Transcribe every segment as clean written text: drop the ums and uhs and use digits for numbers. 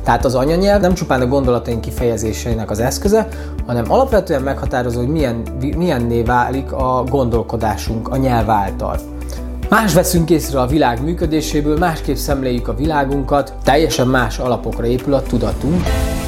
Tehát az anyanyelv nem csupán a gondolataink kifejezéseinek az eszköze, hanem alapvetően meghatározó, hogy milyenné válik a gondolkodásunk a nyelv által. Más veszünk észre a világ működéséből, másképp szemléljük a világunkat, teljesen más alapokra épül a tudatunk.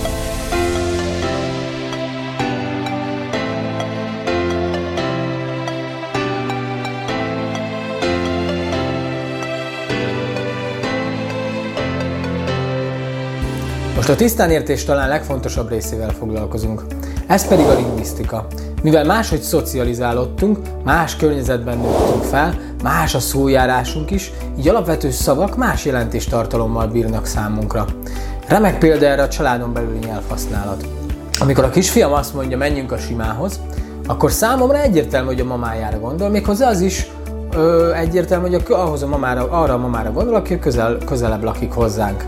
Most a tisztánértés talán legfontosabb részével foglalkozunk. Ez pedig a lingvisztika. Mivel máshogy szocializálódtunk, más környezetben nőttünk fel, más a szójárásunk is, így alapvető szavak más jelentéstartalommal bírnak számunkra. Remek példa erre a családon belüli nyelvhasználat. Amikor a kisfiam azt mondja, menjünk a simához, akkor számomra egyértelmű, hogy a mamájára gondol, méghozzá az is egyértelmű, hogy arra a mamára gondol, aki közelebb lakik hozzánk.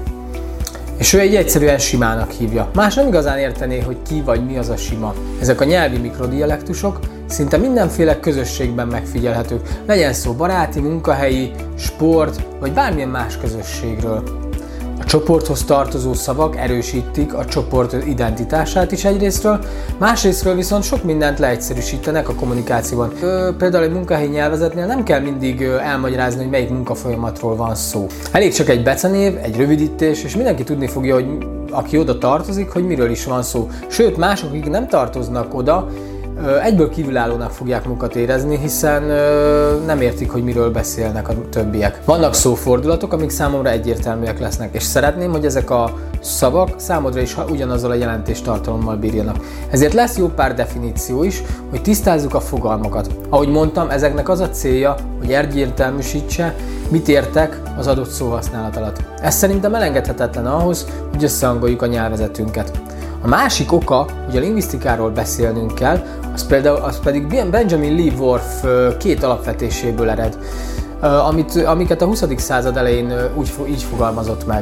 És ő egy egyszerűen simának hívja. Más nem igazán értené, hogy ki vagy mi az a sima. Ezek a nyelvi mikrodialektusok szinte mindenféle közösségben megfigyelhetők. Legyen szó baráti, munkahelyi, sport vagy bármilyen más közösségről. A csoporthoz tartozó szavak erősítik a csoport identitását is egyrésztről, másrésztről viszont sok mindent leegyszerűsítenek a kommunikációban. Például egy munkahelyi nyelvezetnél nem kell mindig elmagyarázni, hogy melyik munkafolyamatról van szó. Elég csak egy becenév, egy rövidítés, és mindenki tudni fogja, hogy aki oda tartozik, hogy miről is van szó. Sőt, mások, akik nem tartoznak oda, egyből kívülállónak fogják magukat érezni, hiszen nem értik, hogy miről beszélnek a többiek. Vannak szófordulatok, amik számomra egyértelműek lesznek, és szeretném, hogy ezek a szavak számodra is ugyanazzal a jelentéstartalommal bírjanak. Ezért lesz jó pár definíció is, hogy tisztázzuk a fogalmakat. Ahogy mondtam, ezeknek az a célja, hogy egyértelműsítse, mit értek az adott szóhasználat alatt. Ez szerintem elengedhetetlen ahhoz, hogy összehangoljuk a nyelvezetünket. A másik oka, hogy a lingvisztikáról beszélnünk kell, az pedig Benjamin Lee Whorf két alapvetéséből ered, amiket a 20. század elején így fogalmazott meg.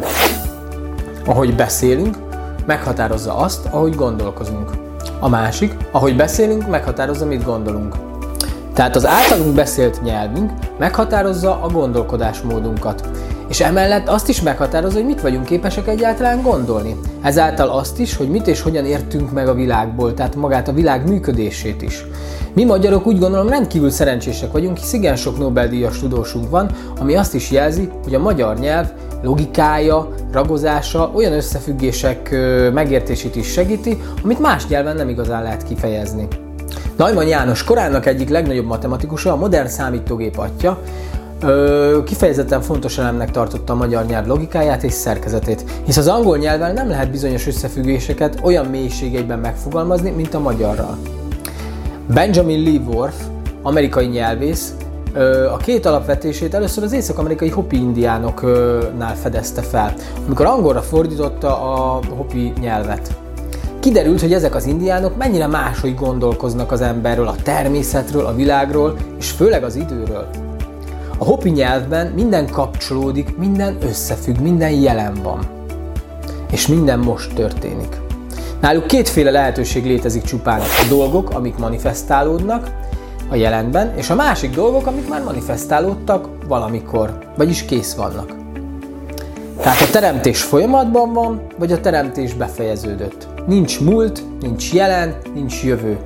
Ahogy beszélünk, meghatározza azt, ahogy gondolkozunk. A másik, ahogy beszélünk, meghatározza, mit gondolunk. Tehát az általunk beszélt nyelvünk meghatározza a gondolkodásmódunkat. És emellett azt is meghatározza, hogy mit vagyunk képesek egyáltalán gondolni. Ezáltal azt is, hogy mit és hogyan értünk meg a világból, tehát magát a világ működését is. Mi magyarok úgy gondolom rendkívül szerencsések vagyunk, hisz igen sok Nobel-díjas tudósunk van, ami azt is jelzi, hogy a magyar nyelv logikája, ragozása olyan összefüggések megértését is segíti, amit más nyelven nem igazán lehet kifejezni. Neumann János korának egyik legnagyobb matematikusa, a modern számítógép atya, kifejezetten fontos elemnek tartotta a magyar nyelv logikáját és szerkezetét, hisz az angol nyelvvel nem lehet bizonyos összefüggéseket olyan mélységeiben megfogalmazni, mint a magyarral. Benjamin Lee Whorf, amerikai nyelvész, a két alapvetését először az észak-amerikai Hopi indiánoknál fedezte fel, amikor angolra fordította a Hopi nyelvet. Kiderült, hogy ezek az indiánok mennyire máshogy gondolkoznak az emberről, a természetről, a világról, és főleg az időről. A Hopi nyelvben minden kapcsolódik, minden összefügg, minden jelen van. És minden most történik. Náluk kétféle lehetőség létezik csupán. A dolgok, amik manifestálódnak a jelenben, és a másik dolgok, amik már manifestálódtak valamikor, vagyis kész vannak. Tehát a teremtés folyamatban van, vagy a teremtés befejeződött. Nincs múlt, nincs jelen, nincs jövő.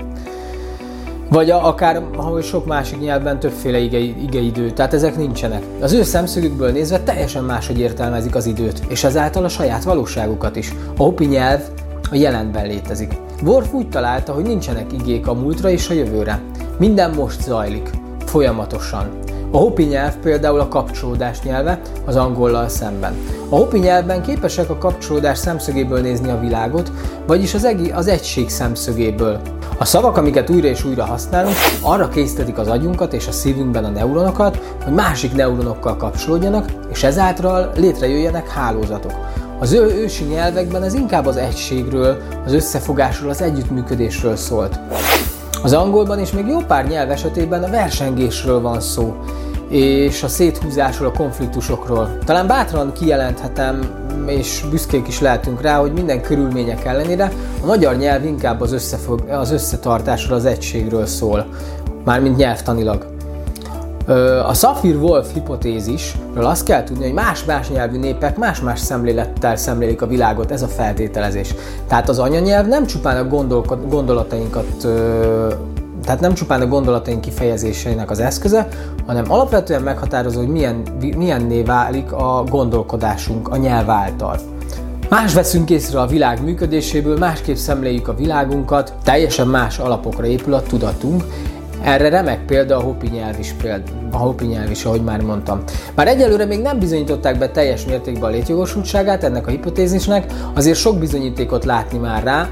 Vagy akár, ahogy sok másik nyelvben többféle igeidő, tehát ezek nincsenek. Az ő szemszögükből nézve teljesen máshogy értelmezik az időt, és ezáltal a saját valóságukat is. A Hopi nyelv a jelenben létezik. Whorf úgy találta, hogy nincsenek igék a múltra és a jövőre. Minden most zajlik, folyamatosan. A Hopi nyelv például a kapcsolódás nyelve az angollal szemben. A Hopi nyelvben képesek a kapcsolódás szemszögéből nézni a világot, vagyis az egység szemszögéből. A szavak, amiket újra és újra használunk, arra késztetik az agyunkat és a szívünkben a neuronokat, hogy másik neuronokkal kapcsolódjanak, és ezáltal létrejöjjenek hálózatok. Az ősi nyelvekben ez inkább az egységről, az összefogásról, az együttműködésről szólt. Az angolban és még jó pár nyelv esetében a versengésről van szó, és a széthúzásról, a konfliktusokról. Talán bátran kijelenthetem, és büszkék is lehetünk rá, hogy minden körülmények ellenére a magyar nyelv inkább az összetartásról, az egységről szól, mármint nyelvtanilag. A Sapir-Whorf hipotézisről azt kell tudni, hogy más-más nyelvű népek más-más szemlélettel szemlélik a világot, ez a feltételezés. Tehát az anyanyelv nem csupán a gondolatainkat, tehát nem csupán a gondolataink kifejezéseinek az eszköze, hanem alapvetően meghatározó, hogy milyenné válik a gondolkodásunk a nyelv által. Más veszünk észre a világ működéséből, másképp szemléljük a világunkat, teljesen más alapokra épül a tudatunk. Erre remek példa a Hopi nyelv is, ahogy már mondtam. Bár egyelőre még nem bizonyították be teljes mértékben a létjogosultságát ennek a hipotézisnek, azért sok bizonyítékot látni már rá,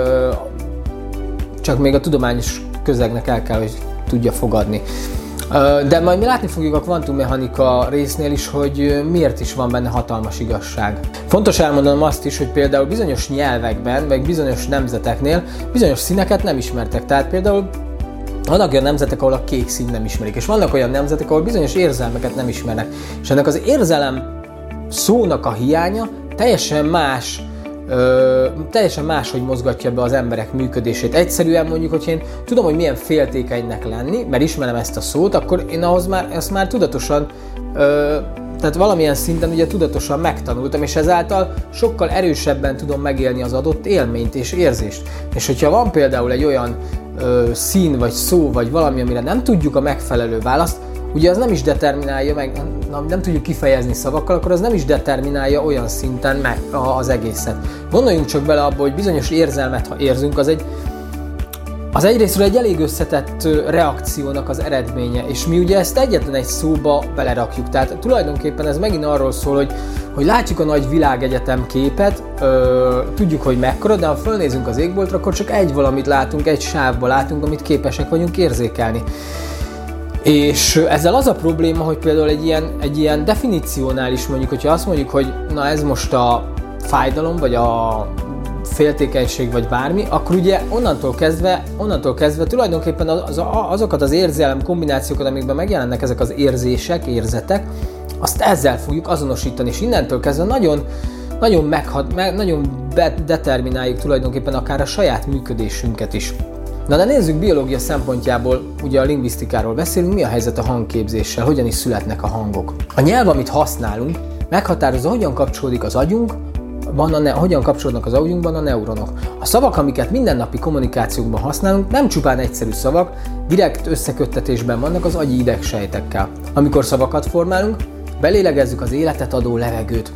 csak még a tudományos közegnek el kell, hogy tudja fogadni. De majd mi látni fogjuk a kvantummechanika résznél is, hogy miért is van benne hatalmas igazság. Fontos elmondanom azt is, hogy például bizonyos nyelvekben, vagy bizonyos nemzeteknél bizonyos színeket nem ismertek. Tehát például vannak olyan nemzetek, ahol a kék szín nem ismerik, és vannak olyan nemzetek, ahol bizonyos érzelmeket nem ismernek. És ennek az érzelem szónak a hiánya teljesen más, hogy mozgatja be az emberek működését. Egyszerűen mondjuk, hogy én tudom, hogy milyen féltékenynek lenni, mert ismerem ezt a szót, akkor én ezt már tudatosan, tehát valamilyen szinten ugye tudatosan megtanultam, és ezáltal sokkal erősebben tudom megélni az adott élményt és érzést. És hogyha van például egy olyan szín, vagy szó, vagy valami, amire nem tudjuk a megfelelő választ, ugye az nem is determinálja meg, nem tudjuk kifejezni szavakkal, akkor az nem is determinálja olyan szinten meg az egészet. Gondoljunk csak bele abba, hogy bizonyos érzelmet, ha érzünk, az egyrészről egy elég összetett reakciónak az eredménye, és mi ugye ezt egyetlen egy szóba belerakjuk. Tehát tulajdonképpen ez megint arról szól, hogy látjuk a nagy világegyetem képet, tudjuk, hogy mekkora, de ha fölnézünk az égboltra, akkor csak egy valamit látunk, egy sávba látunk, amit képesek vagyunk érzékelni. És ezzel az a probléma, hogy például egy ilyen definíciónál is mondjuk, hogyha azt mondjuk, hogy na ez most a fájdalom, vagy a féltékenység, vagy bármi, akkor ugye onnantól kezdve tulajdonképpen azokat az érzelem kombinációkat, amikben megjelennek ezek az érzések, érzetek, azt ezzel fogjuk azonosítani, és innentől kezdve nagyon determináljuk tulajdonképpen akár a saját működésünket is. Na de nézzük biológia szempontjából, ugye a lingvisztikáról beszélünk, mi a helyzet a hangképzéssel, hogyan is születnek a hangok. A nyelv, amit használunk, meghatározza, hogyan kapcsolódik az agyunk, hogyan kapcsolódnak az agyunkban a neuronok. A szavak, amiket mindennapi kommunikációkban használunk, nem csupán egyszerű szavak, direkt összeköttetésben vannak az agyi idegsejtekkel. Amikor szavakat formálunk, belélegezzük az életet adó levegőt.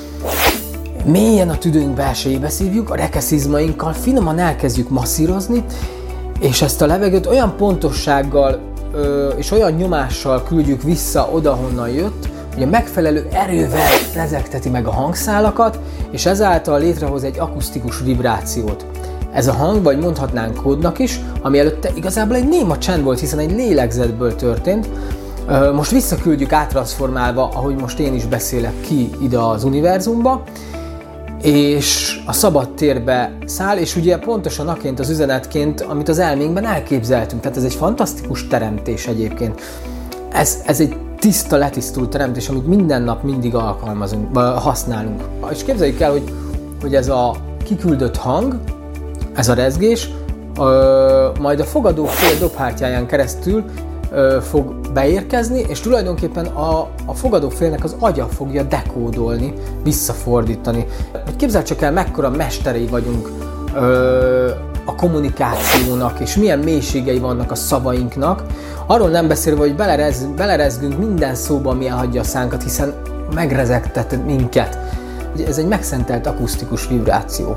Mélyen a tüdőnk belsejébe szívjuk, a rekeszizmainkkal finoman elkezdjük masszírozni, és ezt a levegőt olyan pontossággal és olyan nyomással küldjük vissza oda, honnan jött, hogy a megfelelő erővel rezegteti meg a hangszálakat, és ezáltal létrehoz egy akusztikus vibrációt. Ez a hang, vagy mondhatnánk kódnak is, ami előtte igazából egy néma csend volt, hiszen egy lélegzetből történt, most visszaküldjük áttranszformálva, ahogy most én is beszélek ki ide az univerzumba, és a szabad térbe száll, és ugye pontosan aként az üzenetként, amit az elménkben elképzeltünk. Tehát ez egy fantasztikus teremtés egyébként. Ez egy tiszta, letisztult teremtés, amit minden nap mindig használunk. És képzeljük el, hogy ez a kiküldött hang, ez a rezgés, majd a fogadó fél dobhártyáján keresztül fog beérkezni, és tulajdonképpen a fogadó félnek az agya fogja dekódolni, visszafordítani. Képzeld csak el, mekkora mesterei vagyunk a kommunikációnak, és milyen mélységei vannak a szavainknak. Arról nem beszélve, hogy belerezgünk minden szóba, ami elhagyja a szánkat, hiszen megrezegtet minket. Ez egy megszentelt akusztikus vibráció.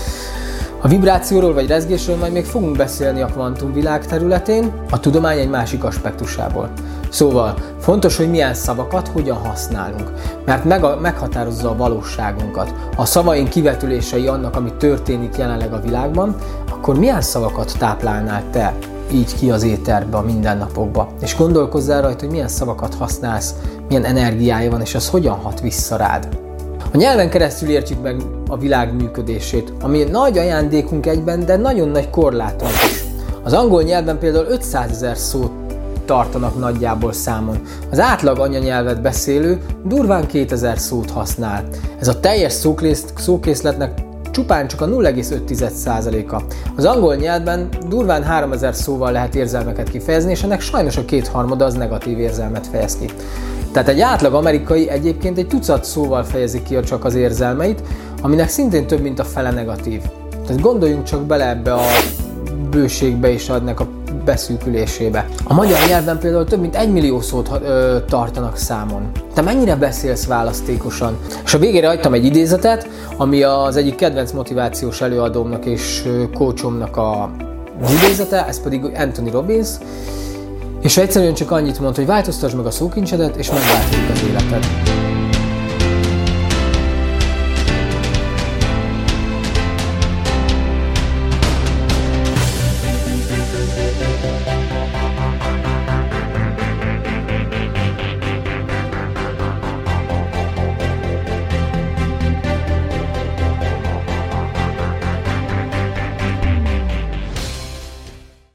A vibrációról vagy rezgésről majd még fogunk beszélni a kvantumvilág területén, a tudomány egy másik aspektusából. Szóval fontos, hogy milyen szavakat hogyan használunk, mert meghatározza a valóságunkat. Ha a szavaink kivetülései annak, ami történik jelenleg a világban, akkor milyen szavakat táplálnál te így ki az éterbe, a mindennapokba? És gondolkozzál rajta, hogy milyen szavakat használsz, milyen energiája van, és az hogyan hat vissza rád. A nyelven keresztül értjük meg a világ működését, ami nagy ajándékunk egyben, de nagyon nagy korlátunk is. Az angol nyelven például 500 000 szót tartanak nagyjából számon. Az átlag anyanyelvet beszélő durván 2000 szót használ. Ez a teljes szókészletnek csupán csak a 0,5%-a. Az angol nyelvben durván 3000 szóval lehet érzelmeket kifejezni, és ennek sajnos a 2/3 az negatív érzelmet fejez ki. Tehát egy átlag amerikai egyébként egy tucat szóval fejezi ki csak az érzelmeit, aminek szintén több mint a fele negatív. Tehát gondoljunk csak bele ebbe a bőségbe és adnak a beszűkülésébe. A magyar nyelvben például több mint 1 millió szót tartanak számon. Te mennyire beszélsz választékosan? És a végére hagytam egy idézetet, ami az egyik kedvenc motivációs előadómnak és coachomnak az idézete, ez pedig Anthony Robbins, és egyszerűen csak annyit mond, hogy változtasd meg a szókincsedet, és megváltozik az életed.